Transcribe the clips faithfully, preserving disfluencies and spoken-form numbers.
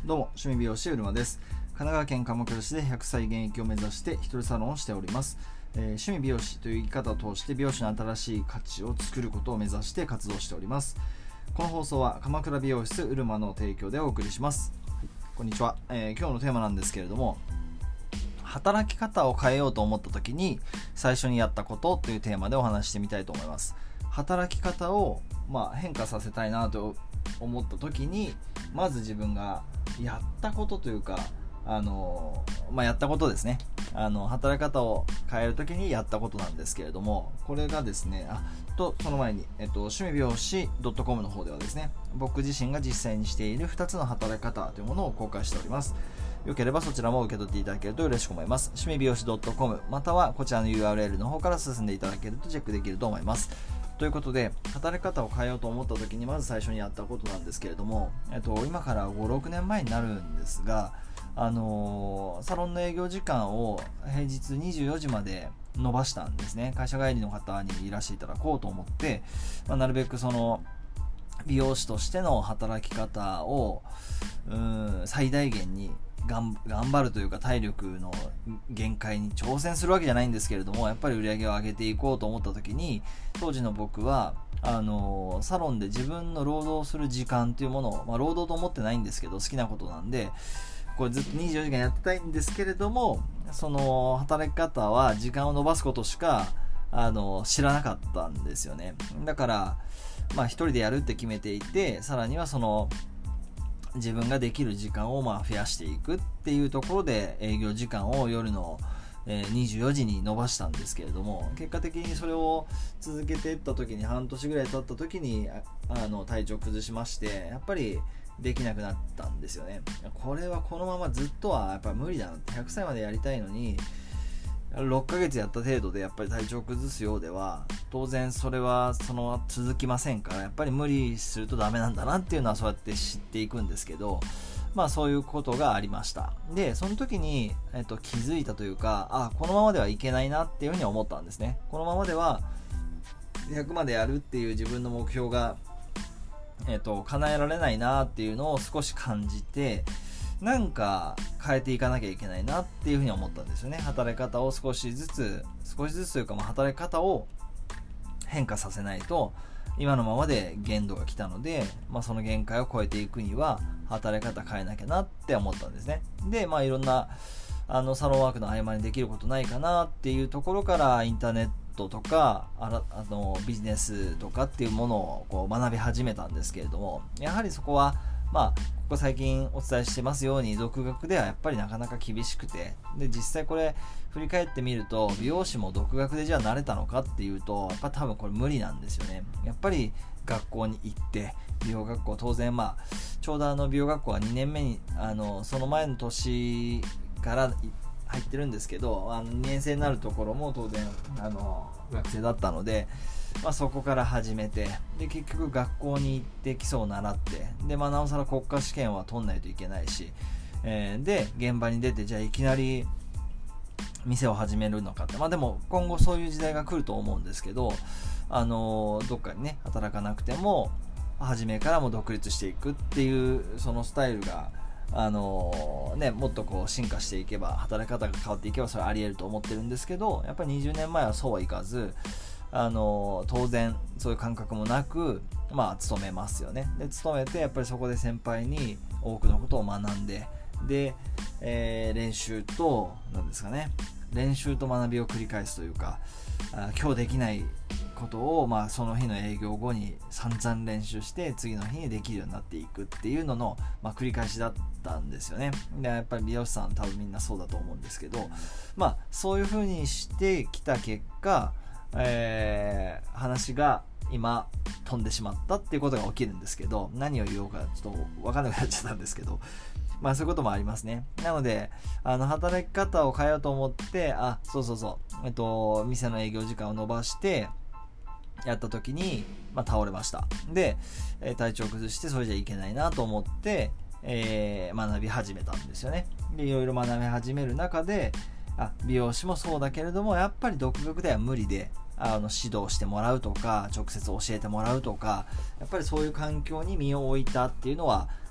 どうも、趣味美容師うるまです。神奈川県鎌倉市でひゃくさい現役を目指して一人サロンをしております。えー、趣味美容師という生き方を通して美容師の新しい価値を作ることを目指して活動しております。この放送は鎌倉美容室うるまの提供でお送りします。はい、こんにちは、えー、今日のテーマなんですけれども、働き方を変えようと思った時に最初にやったことというテーマでお話してみたいと思います。働き方を、まあ、変化させたいなと思った時にまず自分がやったことというかあの、まあ、やったことですね。あの働き方を変える時にやったことなんですけれども、これがですねあとその前に、えっと、趣味美容師 .com の方ではですね、僕自身が実際にしているふたつの働き方というものを公開しております。よければそちらも受け取っていただけると嬉しく思います。趣味美容師 .com またはこちらの ユーアールエル の方から進んでいただけるとチェックできると思います。ということで、働き方を変えようと思った時にまず最初にやったことなんですけれども、えっと、今からご、ろくねんまえになるんですが、あのー、サロンの営業時間を平日にじゅうよじまで伸ばしたんですね。会社帰りの方にいらしていただこうと思って、まあ、なるべくその美容師としての働き方をうーん最大限に頑張るというか、体力の限界に挑戦するわけじゃないんですけれども、やっぱり売り上げを上げていこうと思った時に、当時の僕はあのサロンで自分の労働する時間というものを、まあ、労働と思ってないんですけど好きなことなんで、これずっとにじゅうよじかんやってたいんですけれども、その働き方は時間を延ばすことしかあの知らなかったんですよね。だからまあ一人でやるって決めていて、さらにはその自分ができる時間をまあ増やしていくっていうところで営業時間を夜のにじゅうよじに伸ばしたんですけれども、結果的にそれを続けていった時に半年ぐらい経った時にあの体調崩しまして、やっぱりできなくなったんですよね。これはこのままずっとはやっぱ無理だなって、ひゃくさいまでやりたいのにろっかげつやった程度でやっぱり体調を崩すようでは当然それはその続きませんから、やっぱり無理するとダメなんだなっていうのはそうやって知っていくんですけど、まあそういうことがありました。でその時に、えっと、気づいたというか、あこのままではいけないなっていうふうに思ったんですね。このままではひゃくまでやるっていう自分の目標が、えっと、叶えられないなっていうのを少し感じて、なんか変えていかなきゃいけないなっていうふうに思ったんですよね。働き方を少しずつ少しずつというか、まあ、働き方を変化させないと今のままで限度が来たので、まあ、その限界を超えていくには働き方変えなきゃなって思ったんですね。でまあいろんなあのサロンワークの合間にできることないかなっていうところからインターネットとかあらあのビジネスとかっていうものをこう学び始めたんですけれども、やはりそこはまあここ最近お伝えしてますように独学ではやっぱりなかなか厳しくて、で実際これ振り返ってみると美容師も独学でじゃあ慣れたのかっていうと、やっぱ多分これ無理なんですよね。やっぱり学校に行って美容学校、当然まあちょうどあの美容学校はにねんめにあのその前の年から入ってるんですけど、あのにねん生になるところも当然あの学生だったので、まあ、そこから始めて、で結局学校に行って基礎を習って、で、まあ、なおさら国家試験は取んないといけないし、えー、で現場に出てじゃあいきなり店を始めるのかって、まあでも今後そういう時代が来ると思うんですけど、あのー、どっかにね働かなくても初めからも独立していくっていうそのスタイルがあのーね、もっとこう進化していけば、働き方が変わっていけばそれはあり得ると思ってるんですけど、やっぱりにじゅうねんまえはそうはいかず、あのー、当然そういう感覚もなくまあ勤めますよね。で勤めてやっぱりそこで先輩に多くのことを学んで、で、えー、練習と何ですかね練習と学びを繰り返すというか、あ今日できないことを、まあ、その日の営業後に散々練習して次の日にできるようになっていくっていうのの、まあ、繰り返しだったんですよね。でやっぱり美容師さん多分みんなそうだと思うんですけど、まあそういう風にしてきた結果、えー、話が今飛んでしまったっていうことが起きるんですけど、何を言おうかちょっと分かんなくなっちゃったんですけど、まあそういうこともありますね。なのであの働き方を変えようと思って、あそうそうそうえっと店の営業時間を延ばしてやった時に、まあ、倒れました。で、えー、体調を崩してそれじゃいけないなと思って、えー、学び始めたんですよね。でいろいろ学び始める中で、あ美容師もそうだけれどもやっぱり独学では無理で、あの指導してもらうとか直接教えてもらうとか、やっぱりそういう環境に身を置いたっていうのは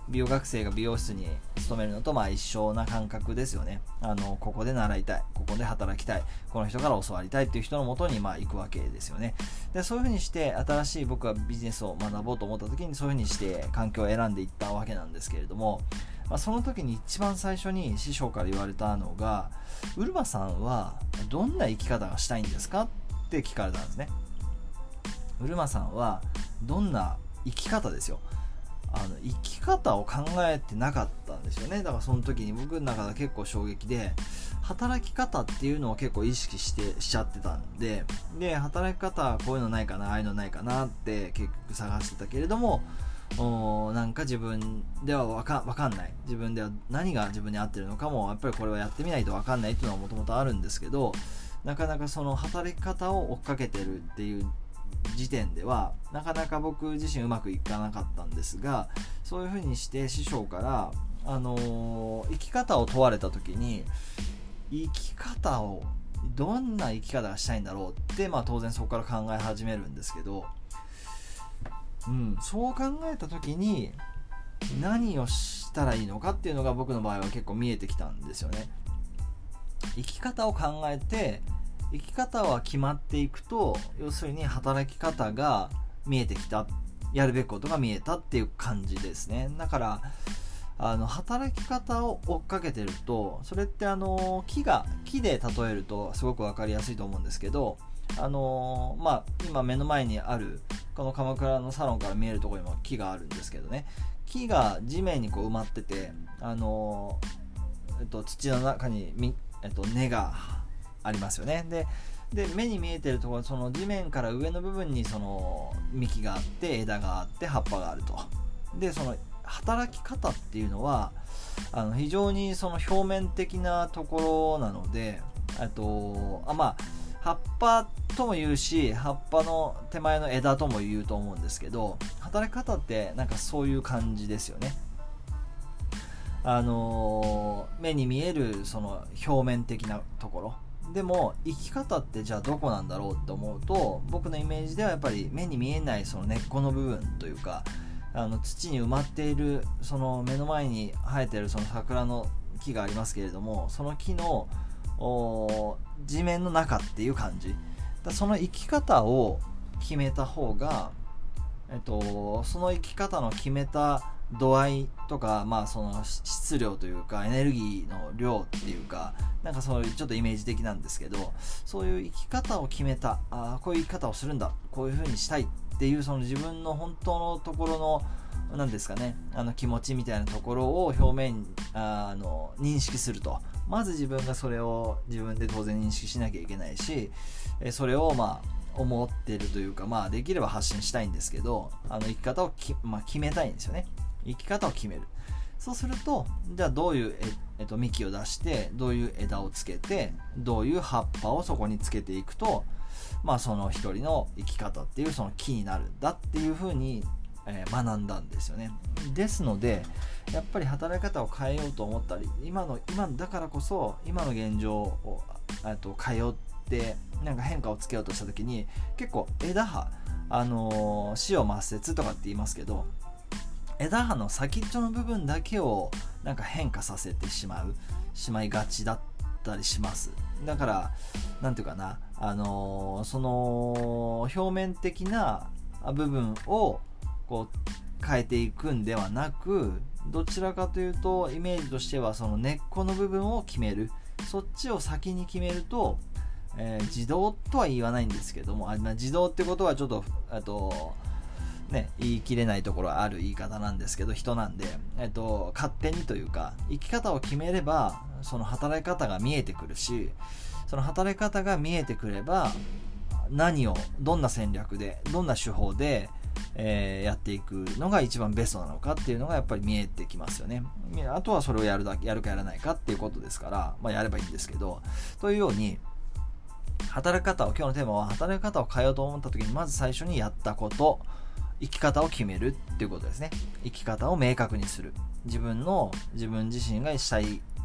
美容学生が美容室に勤めるのとまあ一緒な感覚ですよね。あのここで習いたい、ここで働きたい、この人から教わりたいっていう人のもとにまあ行くわけですよね。でそういうふうにして新しい僕がビジネスを学ぼうと思った時にそういうふうにして環境を選んでいったわけなんですけれども、まあ、その時に一番最初に師匠から言われたのが、うるまさんはどんな生き方がしたいんですかって聞かれたんですね。うるまさんはどんな生き方ですよ。あの生き方を考えてなかったんですよね。だからその時に僕の中で結構衝撃で、働き方っていうのを結構意識してしちゃってたんで、で働き方こういうのないかな、ああいうのないかなって結局探してたけれども、おなんか自分ではわか、わかんない、自分では何が自分に合ってるのかもやっぱりこれはやってみないとわかんないっていうのはもともとあるんですけど、なかなかその働き方を追っかけてるっていう時点ではなかなか僕自身うまくいかなかったんですが、そういうふうにして師匠から、あのー、生き方を問われた時に、生き方をどんな生き方がしたいんだろうって、まあ、当然そこから考え始めるんですけど、うん、そう考えた時に何をしたらいいのかっていうのが僕の場合は結構見えてきたんですよね。生き方を考えて、生き方は決まっていくと、要するに働き方が見えてきた、やるべきことが見えたっていう感じですね。だからあの働き方を追っかけてると、それってあの木が木で例えるとすごく分かりやすいと思うんですけど、あのまあ今目の前にあるこの鎌倉のサロンから見えるところにも木があるんですけどね、木が地面にこう埋まってて、あの、えっと、土の中に、えっと、根がありますよね。でで目に見えてるところ、その地面から上の部分にその幹があって、枝があって、葉っぱがあると。でその働き方っていうのはあの非常にその表面的なところなので、あとあまあ葉っぱとも言うし、葉っぱの手前の枝とも言うと思うんですけど、働き方ってなんかそういう感じですよね。あの目に見えるその表面的なところでも、生き方ってじゃあどこなんだろうって思うと、僕のイメージではやっぱり目に見えないその根っこの部分というか、あの土に埋まっている、その目の前に生えているその桜の木がありますけれども、その木の地面の中っていう感じだ。その生き方を決めた方が、えっと、その生き方の決めた度合いとか、まあその質量というかエネルギーの量っていうか、なんかそういうちょっとイメージ的なんですけど、そういう生き方を決めた、あこういう生き方をするんだ、こういう風にしたいっていう、その自分の本当のところの何ですかね、あの気持ちみたいなところを表面あの認識すると、まず自分がそれを自分で当然認識しなきゃいけないし、それをまあ思っているというか、まあできれば発信したいんですけど、あの生き方をき、まあ、決めたいんですよね。生き方を決める。そうすると、じゃあどういうえ、えっと、幹を出して、どういう枝をつけて、どういう葉っぱをそこにつけていくと、まあその一人の生き方っていうその木になるんだっていうふうに、えー、学んだんですよね。ですので、やっぱり働き方を変えようと思ったり、今の今だからこそ今の現状をと変えようってなんか変化をつけようとした時に、結構枝葉、あのー、枝葉末節とかって言いますけど、枝葉の先っちょの部分だけをなんか変化させてしまうしまいがちだったりします。だからなんていうかな、あのー、その表面的な部分をこう変えていくんではなく、どちらかというとイメージとしてはその根っこの部分を決める、そっちを先に決めると、えー、自動とは言わないんですけども、あ、まあ、自動ってことはちょっとあとね、言い切れないところはある言い方なんですけど、人なんで、えっと、勝手にというか、生き方を決めればその働き方が見えてくるし、その働き方が見えてくれば、何をどんな戦略でどんな手法で、えー、やっていくのが一番ベストなのかっていうのがやっぱり見えてきますよね。あとはそれをやるだけ、やるかやらないかっていうことですから、まあ、やればいいんですけど、というように働き方を、今日のテーマは働き方を変えようと思った時にまず最初にやったこと、生き方を決めるっていうことですね。生き方を明確にする、自分の自分自身がしたい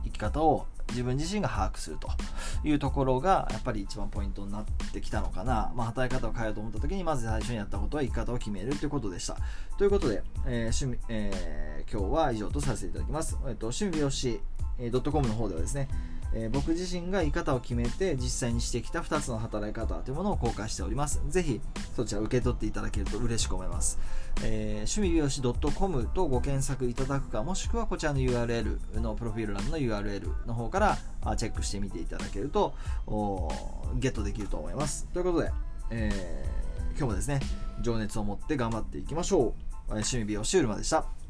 生き方を自分自身が把握するというところがやっぱり一番ポイントになってきたのかな。まあ、働き方を変えようと思った時にまず最初にやったことは生き方を決めるということでした。ということで、えー趣味えー、今日は以上とさせていただきます。えー、と趣味美容師 .com の方ではですね、えー、僕自身が生き方を決めて実際にしてきたふたつの働き方というものを公開しております。ぜひそちら受け取っていただけると嬉しく思います。えー、趣味美容師 .com とご検索いただくか、もしくはこちらの ユーアールエル のプロフィール欄の ユーアールエル の方からチェックしてみていただけるとゲットできると思います。ということで、えー、今日もですね情熱を持って頑張っていきましょう。趣味美容師うるまでした。